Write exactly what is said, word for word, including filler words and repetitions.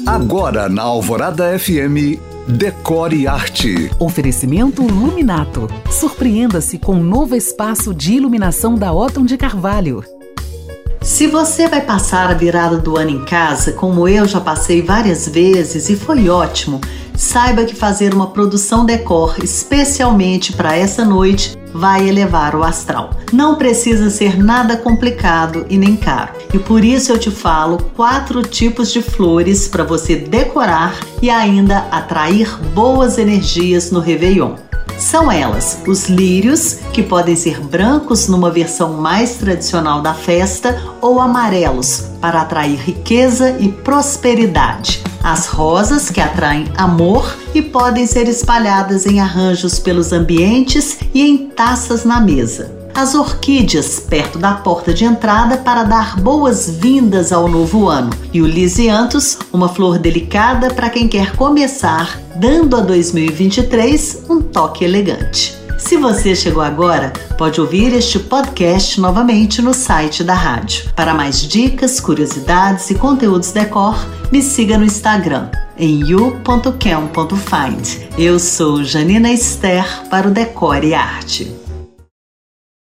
Agora na Alvorada F M, Decore Arte. Oferecimento Luminato. Surpreenda-se com um novo espaço de iluminação da Otton de Carvalho. Se você vai passar a virada do ano em casa, como eu já passei várias vezes e foi ótimo, saiba que fazer uma produção decor especialmente para essa noite vai elevar o astral. Não precisa ser nada complicado e nem caro. E por isso eu te falo quatro tipos de flores para você decorar e ainda atrair boas energias no Réveillon. São elas, os lírios, que podem ser brancos numa versão mais tradicional da festa, ou amarelos, para atrair riqueza e prosperidade. As rosas, que atraem amor e podem ser espalhadas em arranjos pelos ambientes e em taças na mesa. As orquídeas, perto da porta de entrada para dar boas-vindas ao novo ano. E o lisianthus, uma flor delicada para quem quer começar, dando a dois mil e vinte e três um toque elegante. Se você chegou agora, pode ouvir este podcast novamente no site da rádio. Para mais dicas, curiosidades e conteúdos decor, me siga no Instagram, em you ponto cam ponto find. Eu sou Janina Esther para o Decore Arte.